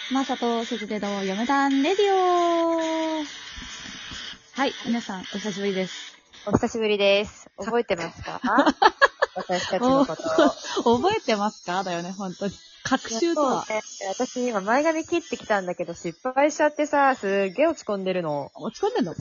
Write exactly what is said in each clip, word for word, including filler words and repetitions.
まさとすずでの嫁団レディオ。はい、皆さんお久しぶりです。 お久しぶりです。覚えてますか？私たちのこと。 覚えてますかだよね、本当に。隔週とは。 ね、私今前髪切ってきたんだけど失敗しちゃってさ、すっげえ落ち込んでるの。 落ち込んでんの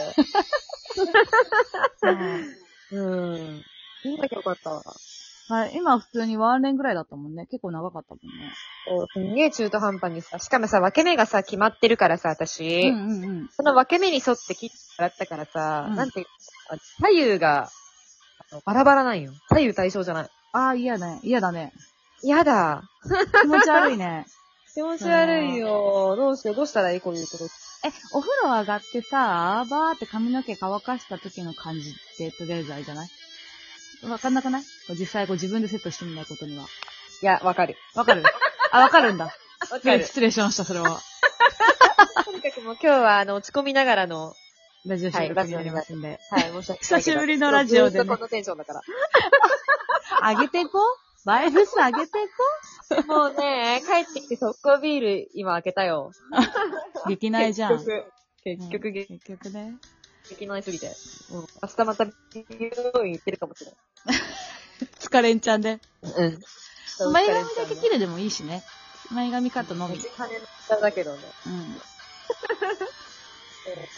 うん。今よかったわ。 はい、今普通にワンレンぐらいだったもんね。結構長かったもんね。 そう、すんげえ中途半端にさ、しかもさ、分け目がさ、決まってるからさ、私。 うんうんうん。 その分け目に沿って切ってもらったからさ、 うん、 なんていうの、左右があのバラバラなんよ。左右対称じゃない。 ああ、嫌だね。嫌だね。 やだ。 気持ち悪いね。 気持ち悪いよ。どうしよう、どうしたらいいこういうこと。 え、お風呂上がってさ、バーって髪の毛乾かした時の感じってとりあえずあれじゃない？わかんなくない？実際こう自分でセットしてみないことには。 いや、わかる。 わかる？あ、わかるんだ。 わかる。 失礼しました、それは。 とにかくもう今日はあの、落ち込みながらの、 ラジオ収録になりますんで。 はい、申し訳ないけど。 久しぶりのラジオでね。 ずっとこのテンションだから。 上げていこう？バイブス上げていこもうね、帰ってきて速攻ビール今開けたよ。 う？激内じゃん。 結局、結局、 うん、結局ね。 激内すぎて。うん。明日また美容院行ってるかもしれない。 疲れんちゃんで。 うん。 前髪だけ切るでもいいしね。前髪カットのみ。 金の下だけどね。 うん。そうだよ。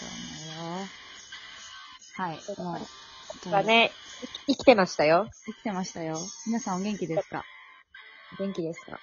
はい。もう。 がね、生きてましたよ。 生きてましたよ。皆さんお元気ですか？ 元気ですか？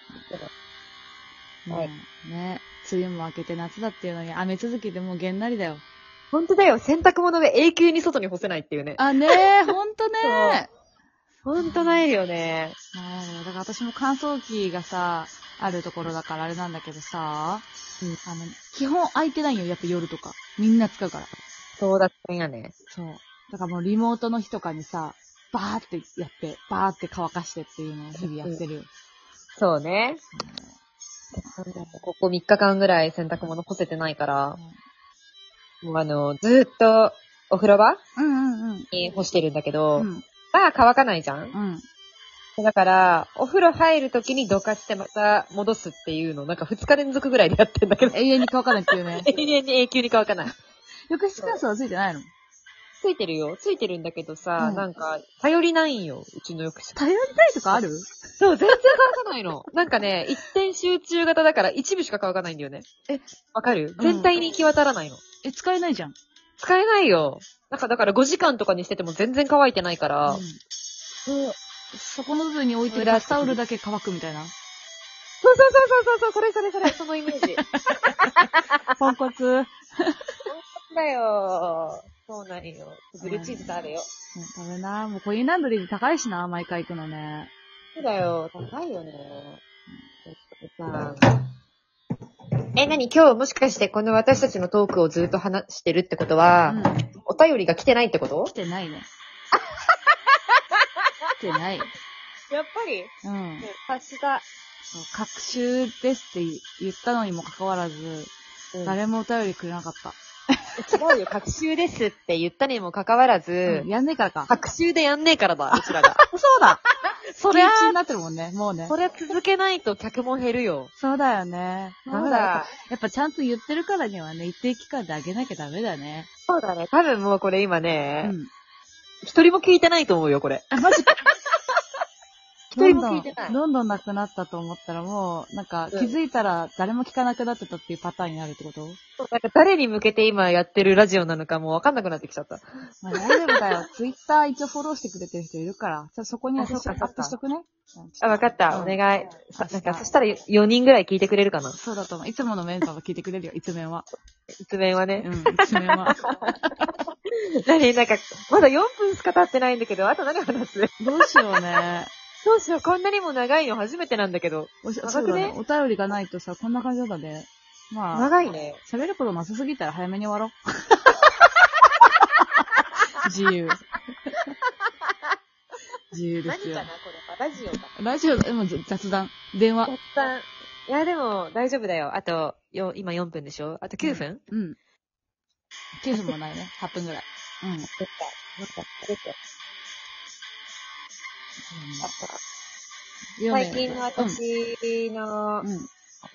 はい。ね。梅雨も明けて夏だっていうのに雨続きでもうげんなりだよ。 ほんとだよ。洗濯物で永久に外に干せないっていうね。 あ、ねえ、ほんとね。 ほんとないよね。 だから私も乾燥機がさ、あるところだからあれなんだけどさ、うん、あの、基本空いてないよ、やっぱ夜とか。みんな使うから。 そうだったんやね。 そう。だからもうリモートの日とかにさ、バーってやって、バーって乾かしてっていうのを日々やってるよ。うん、 そうね。うん、ここみっかかんぐらい洗濯物干せてないから、うん、もうあの、ずーっとお風呂場うんうんうん。 に干してるんだけど、うん、まあ乾かないじゃん。 うん。 だから、お風呂入るときにどかしてまた戻すっていうのをなんかふつか連続ぐらいでやってんだけど。 永遠に乾かないっていうね。 永遠に永久に乾かない。 浴室乾燥はついてないの？ ついてるよ。ついてるんだけどさ、うん、なんか、頼りないんよ。うちの浴室。 頼りないとかある？ そう、全然乾かないの。なんかね、一点集中型だから一部しか乾かないんだよね。え、わかる？全体に行き渡らないの。うん、 え、使えないじゃん。 使えないよ。なんかだからごじかんとかにしてても全然乾いてないから。うん。 うんそこの部分に置いてるバスタオルだけ乾くみたいな。 そうそうそうそうそう、それそれそれ、そのイメージ。 ポンコツ。 ポンコツだよ。そうなんよ。ブルーチーズとあるよ。 うん、食べな。もうコインランドリーで高いしな、毎回行くのね。 そうだよ。高いよね。さえ、なに今日もしかしてこの私たちのトークをずっと話してるってことは、うん、お便りが来てないってこと？ 来てないね。来てない。 やっぱりうん。 察した。 そう、隔週ですって言ったのにもかかわらず、うん、誰もお便りくれなかった。 違うよ、隔週ですって言ったにもかかわらず、 うん、やんねえからか。 隔週でやんねえからだ、うちらが。 そうだそれになってるもんね、もうね。 それ続けないと客も減るよ。 そうだよね。ダメだ。やっぱちゃんと言ってるからにはね、一定期間であげなきゃダメだね。 そうだね。多分もうこれ今ね、うん、一人も聞いてないと思うよ、これ。 あ、マジか。 一人も聞いてない。 どんどんなくなったと思ったらもう、なんか気づいたら誰も聞かなくなってたっていうパターンになるってこと？ そう、なんか誰に向けて今やってるラジオなのかもうわかんなくなってきちゃった。 まあ大丈夫だよ。ツイッター一応フォローしてくれてる人いるから、ちょそこに私アップしとくね。 あ、わかった。お願い。なんかそしたらよにんぐらい聞いてくれるかな。 そうだと思う。いつものメンバーが聞いてくれるよ、一面は。 一面はね。 うん、一面は。 何なんか、まだよんぷんしか経ってないんだけど、あと何話す？ どうしようね。 どうしよう、こんなにも長いの初めてなんだけど。 長くね。お便りがないとさ、こんな感じだね。まあ。 長いね。 喋ることなさすぎたら早めに終わろう。自由。自由ですよ。 何かなこれ。ラジオか。 ラジオ、でも雑談。電話。 雑談。いや、でも大丈夫だよ。あと、よ、今よんぷんでしょ？あときゅうふん？ うん。うん、きゅうふんもないね。はっぷんぐらい。うん。そっか。 そっか。そっか。最近の私の、うん、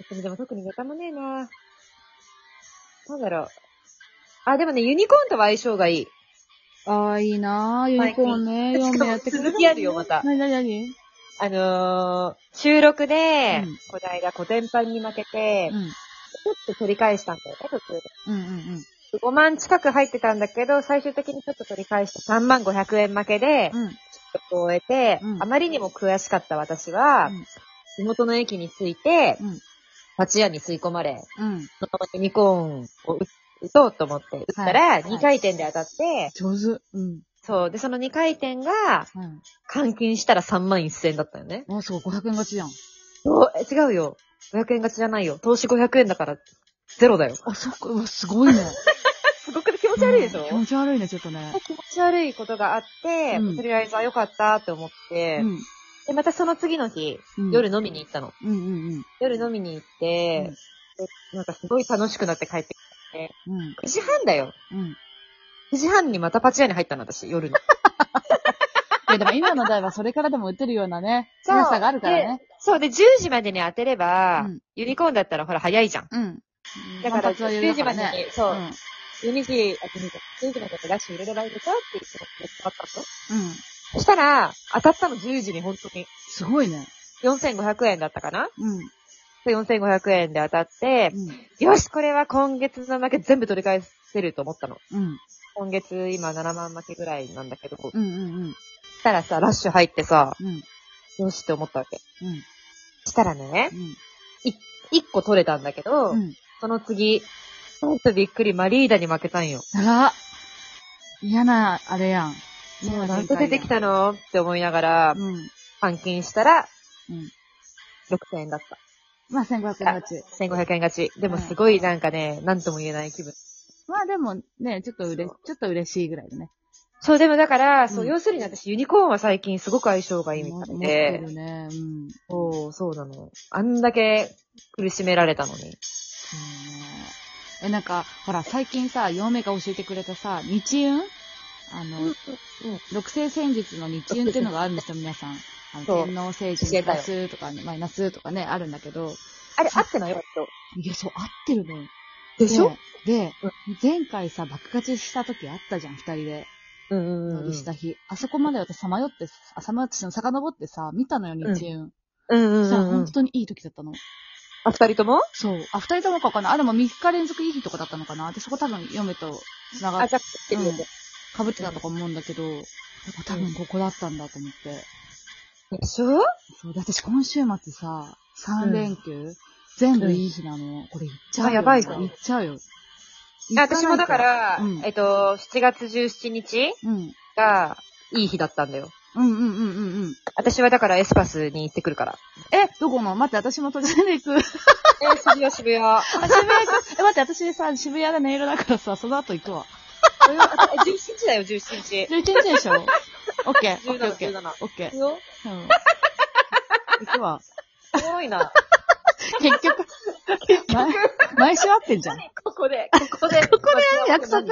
にでも特にネタもねえな。なんだろう。あ、でもね、ユニコーンとは相性がいい。 ああ、いいなぁ。ユニコーンね。 最近よん名やってくれる、ね。 続きあるよまたなになになにあのー、収録で、 うんこの間、コテンパンに負けて、 うん。 ちょっと取り返したんだよね、途中で。 うんうんうん。 ごまん近く入ってたんだけど、最終的にちょっと取り返してさんまんごひゃくえん負けで、 うん。 ちょっと終えて、 うんあまりにも悔しかった私は、地元の駅に着いて、 うん。 町屋に吸い込まれ、 うん。 そのままユニコーンを打とうと思って、打ったら、 はいにかい転で当たって、 上手。うん。 そう。で、そのにかい転が、 うん。 換金したらさんまんせんえんだったよね。 あ、そう、ごひゃくえん勝ちじゃん。 そうえ違うよ。ごひゃくえん勝ちじゃないよ。投資ごひゃくえんだから、ゼロだよ。 あ、そっか、うわ、すごいね。 すごく気持ち悪いでしょ、 うん気持ち悪いね、ちょっとね。 気持ち悪いことがあって、 うんとりあえず、あ、よかったって思って、 うん。 で、またその次の日、 うん夜飲みに行ったの。 うんうん夜飲みに行って、でなんかすごい楽しくなって帰ってきて、 うん。うん。 くじはんだよ。 うん。 くじはんにまたパチ屋に入ったの、私、夜に。 いや、でも今の代はそれからでも打てるようなね、速さがあるからね。 でそうで、じゅうじまでに当てれば、 うんユニコーンだったらほら早いじゃん。 うん。 だから、じゅうじまでに、そう、 うん。 じゅうにじ、あ、じゅうにじ、じゅうじまでにラッシュ入れればいいのかっていう人があったの。 うん。 そしたら、当たったのじゅうじに本当に。 すごいね。 よんせんごひゃくえんだったかなうん。 でよんせんごひゃくえんで当たって、よし、これは今月の負け全部取り返せると思ったの。 うん。うん。 今月今ななまん負けぐらいなんだけど、 うんうんうん。 したらさ、ラッシュ入ってさ、 うん。 よしって思ったわけ。 うん。 したらね、 うん。 いっこ取れたんだけど、 うん。 その次、ほんとびっくり、マリーダに負けたんよ。 あら。嫌な、あれやん。 もうなんで出てきたのって思いながら、 うん。うん。 換金したら、ろくせんえんだった。 まあ、せんごひゃくえん勝ち。 せんごひゃくえん勝ち。でもすごいなんかね、なんとも言えない気分。 まあでもね、ちょっとうれ、ちょっと嬉しいぐらいだね。 そう、でもだから、 うんそう、要するに私、ユニコーンは最近すごく相性がいいみたい持ってで、 るね。うん。 そう、そうなの。あんだけ苦しめられたのに。 そうね。え、なんか、ほら、最近さ、嫁が教えてくれたさ、日運あの、 うん。 六星戦術の日運っていうのがあるんですよ、皆さん。あのそう天皇星人プラスとか、ね、マイナスとかね、あるんだけど。 あれ、合ってないよ、と。 いや、そう、合ってるのよ。 でしょで、で前回さ、爆勝ちした時あったじゃん、二人で。 うんうんうん。 乗りした日。あそこまで私さまよって、あ、さまよって、遡ってさ、見たのよ、日運。 うんうんそしたらうんうん。 本当にいい時だったの。 あ、二人ともそう。あ、二人ともかわかんない。あ、でも三日連続いい日とかだったのかな。で、そこ多分嫁と繋があ、 っじゃあ、来てるよ。 かぶってたとか思うんだけど、多分ここだったんだと思って。 でしょそう。で、私今週末さ、三連休、全部いい日なの。これ行っちゃうよ。 あやばいぞ行っちゃうよ。 あ私もだか、ら、 うんえっと、しちがつじゅうしちにちうん。 がいい日だったんだよ。 うんうんうんうんうん。 私はだからエスパスに行ってくるから。 え、どこの待って、私も途中で行く。 えー、渋谷渋谷。 あ、渋谷行く。え、待って、私さ、渋谷がネイルだからさ、その後行くわ。 じゅうしちにちだよ、じゅうしちにち。 じゅういちにちでしょオッケー。オッケーオッケー。 じゅうななオッケー。 行くよ。 うん。行くわ。 すごいな。 結局、毎毎週会ってんじゃん。 ここで、ここで。 ここで約束。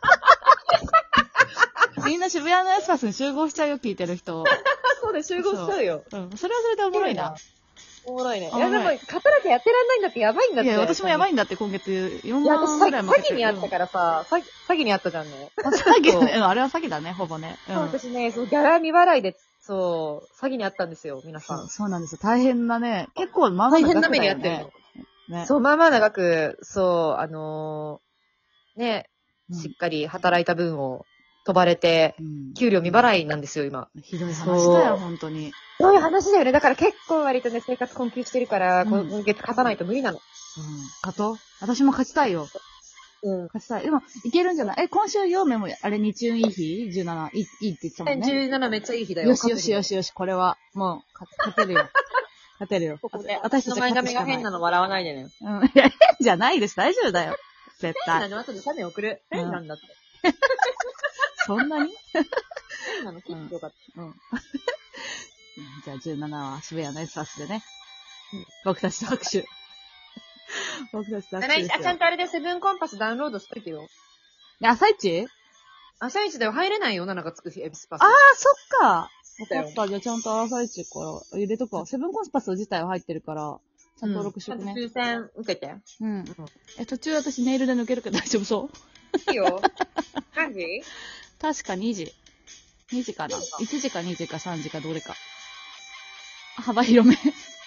みんな渋谷のエスパスに集合しちゃうよ、聞いてる人。 そうで集合しちゃうよ。 うん。それはそれでおもろいな。 おもろいね。いおもろいや、でも、勝たなきゃやってらんないんだってやばいんだって。 いや、私もやばい。 いんだって、今月よんいや、私詐まんぐらい負けてる。 欺にあったからさ、詐欺、詐欺にあったじゃんね。 うん。詐欺ね。うんあれは詐欺だね、ほぼね。う。 そうん私ね、そう、ギャラ未払いで、そう、詐欺にあったんですよ、皆さ。 そうんそうなんですよ。大変なね。結構、まあまあ大変な額だよ目にあってるね。 の。 ね。 そう、まあまあ長く、そう、あのー、ね、 うんしっかり働いた分を飛ばれて、 うん給料未払いなんですよ、今。 ひどい話そうだよ、本当に。 そういう話だよね。だから結構割とね、生活困窮してるから、 うんこ今月勝たないと無理なの。 うん。勝とう私も勝ちたいよ。 うん。 勝ちたい。でも、いけるんじゃないえ、今週陽明も、あれ、日運いい日 ?じゅうなな。いい、いいって言ってたもんね。 じゅうななめっちゃいい日だよ。 よしよしよしよし、これは、もう、勝勝てるよ。勝てるよ。 ここで、 私たちは前勝つしかない髪が変な。の笑わないでね。 うん。いや、変じゃないです。大丈夫だよ。絶対。 変なの後で写メ送る。 うん変なんだって。 そんなに変なの切ってよかった。 うん。じゃあじゅうななは渋谷のエスパスでね。 うん僕たちと握手。僕たちと握手ですよ。 あ、ちゃんとあれでセブンコンパスダウンロードしといてよ。 え朝一朝一では入れないよ、なながつく日、エビスパス。 ああ、そっか。 だよそっか、じゃあちゃんと朝一から入れとくわ。セブンコンパス自体は入ってるから、 ちゃんと登録しとくね。 抽選受けて。 うん。え、途中私メールで抜けるけど大丈夫そう？ いいよ。何時？ 確かにじ。にじかな。いちじかにじかさんじかどれか。幅広め。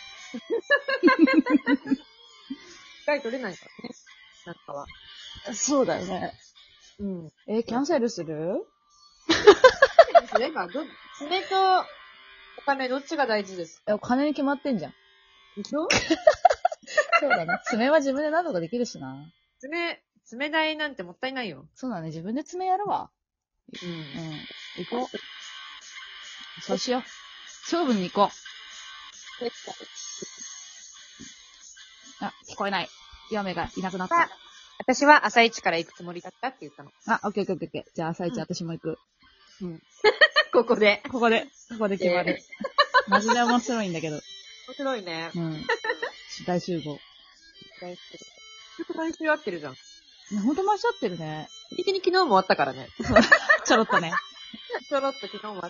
回取れないからね。なんかは。 そうだよね。 うん。 え、キャンセルする？ それが、ど、爪とお金どっちが大事ですか？ え、お金に決まってんじゃん。 でしょ？ そうだね。爪は自分で何とかできるしな。 爪、爪代なんてもったいないよ。 そうだね。自分で爪やるわ。 うん。 うん。行こう。そうしよう。勝負に行こう。あ、聞こえない。嫁がいなくなった。 私は朝一から行くつもりだったって言ったの。 あ、オッケーオッケーオッケー。じゃあ朝一、 うん、 私も行く。 うん。ここで。 ここで、ここで決まる。マジで面白いんだけど。 面白いね。 うん。大集合。 大集合。毎週会ってるじゃん。 ね、ほんと毎週会ってるね。 一に昨日も終わったからね。 ちょろっとね。 ちょろっと昨日も終わった。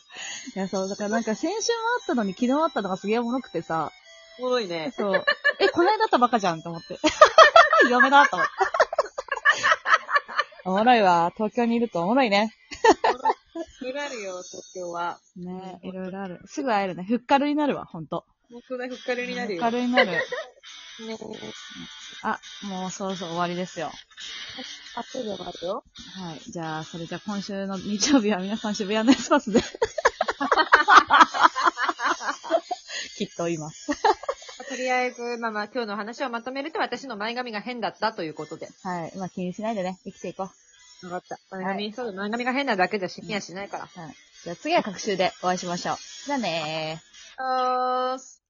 いや、そう、だからなんか先週も会ったのに昨日会ったのがすげえおもろくてさ。 おもろいね。 そう。え、この間会ったばっかじゃんと思って。嫁だと思って。おもろいわ。東京にいるとおもろいね。 いろいろあるよ、東京は。 ねえ、いろいろある。すぐ会えるね。ふっかるになるわ、ほんと。 本当だ、ふっかるになるよ。 ふっかるになる。 ね、 あ、もうそろそろ終わりですよ。 あ、そうでもあるよ。 はい。じゃあ、それじゃあ今週の日曜日は皆さん渋谷のエスパスで。きっといます。 とりあえず、まあまあ今日の話をまとめると私の前髪が変だったということで。 はい。まあ気にしないでね、生きていこう。 わかった。前髪、はい、そう、前髪が変なだけじゃ死にはしないから。 はい。じゃあ次は各週でお会いしましょう。じゃあねー。 あーす。